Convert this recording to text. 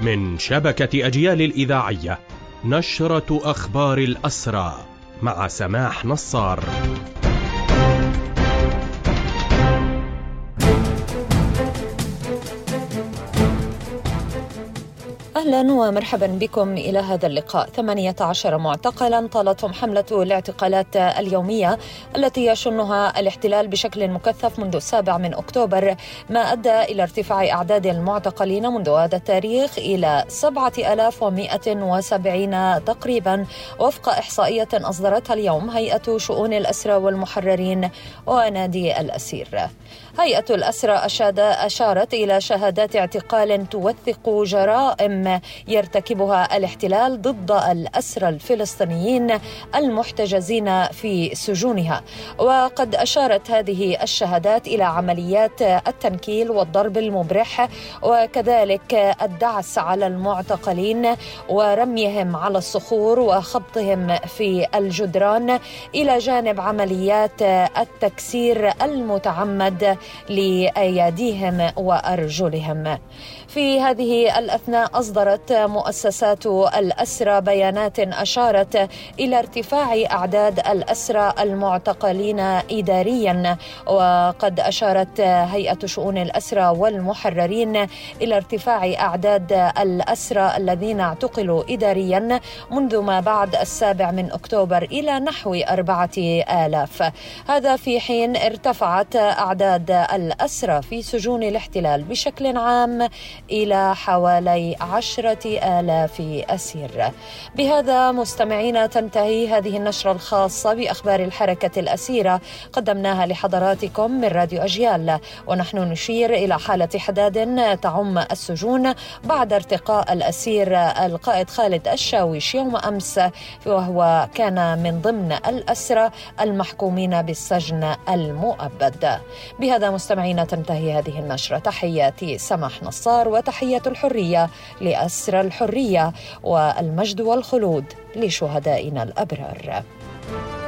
من شبكة أجيال الإذاعية، نشرة أخبار الأسرى مع سماح نصار. أهلا ومرحبا بكم إلى هذا اللقاء. 18 معتقلا طالتهم حملة الاعتقالات اليومية التي يشنها الاحتلال بشكل مكثف منذ 7 من أكتوبر، ما أدى إلى ارتفاع أعداد المعتقلين منذ هذا التاريخ إلى 7170 تقريبا، وفق إحصائية أصدرتها اليوم هيئة شؤون الأسرى والمحررين ونادي الأسير. هيئة الأسرى أشارت إلى شهادات اعتقال توثق جرائم يرتكبها الاحتلال ضد الأسرى الفلسطينيين المحتجزين في سجونها، وقد أشارت هذه الشهادات إلى عمليات التنكيل والضرب المبرح وكذلك الدعس على المعتقلين ورميهم على الصخور وخبطهم في الجدران، إلى جانب عمليات التكسير المتعمد لأيديهم وأرجلهم. في هذه الأثناء أصدرت مؤسسات الأسرى بيانات أشارت إلى ارتفاع أعداد الأسرى المعتقلين إداريا، وقد أشارت هيئة شؤون الأسرى والمحررين إلى ارتفاع أعداد الأسرى الذين اعتقلوا إداريا منذ ما بعد 7 من أكتوبر إلى نحو 4000. هذا في حين ارتفعت أعداد الأسرى في سجون الاحتلال بشكل عام إلى حوالي 10,000 أسير. بهذا مستمعينا تنتهي هذه النشرة الخاصة بأخبار الحركة الأسيرة، قدمناها لحضراتكم من راديو أجيال، ونحن نشير إلى حالة حداد تعم السجون بعد ارتقاء الأسير القائد خالد الشاويش يوم أمس، وهو كان من ضمن الأسرى المحكومين بالسجن المؤبد. بهذا مستمعينا تنتهي هذه النشرة. تحياتي سماح نصار، وتحية الحرية لأسرى الحرية، والمجد والخلود لشهدائنا الأبرار.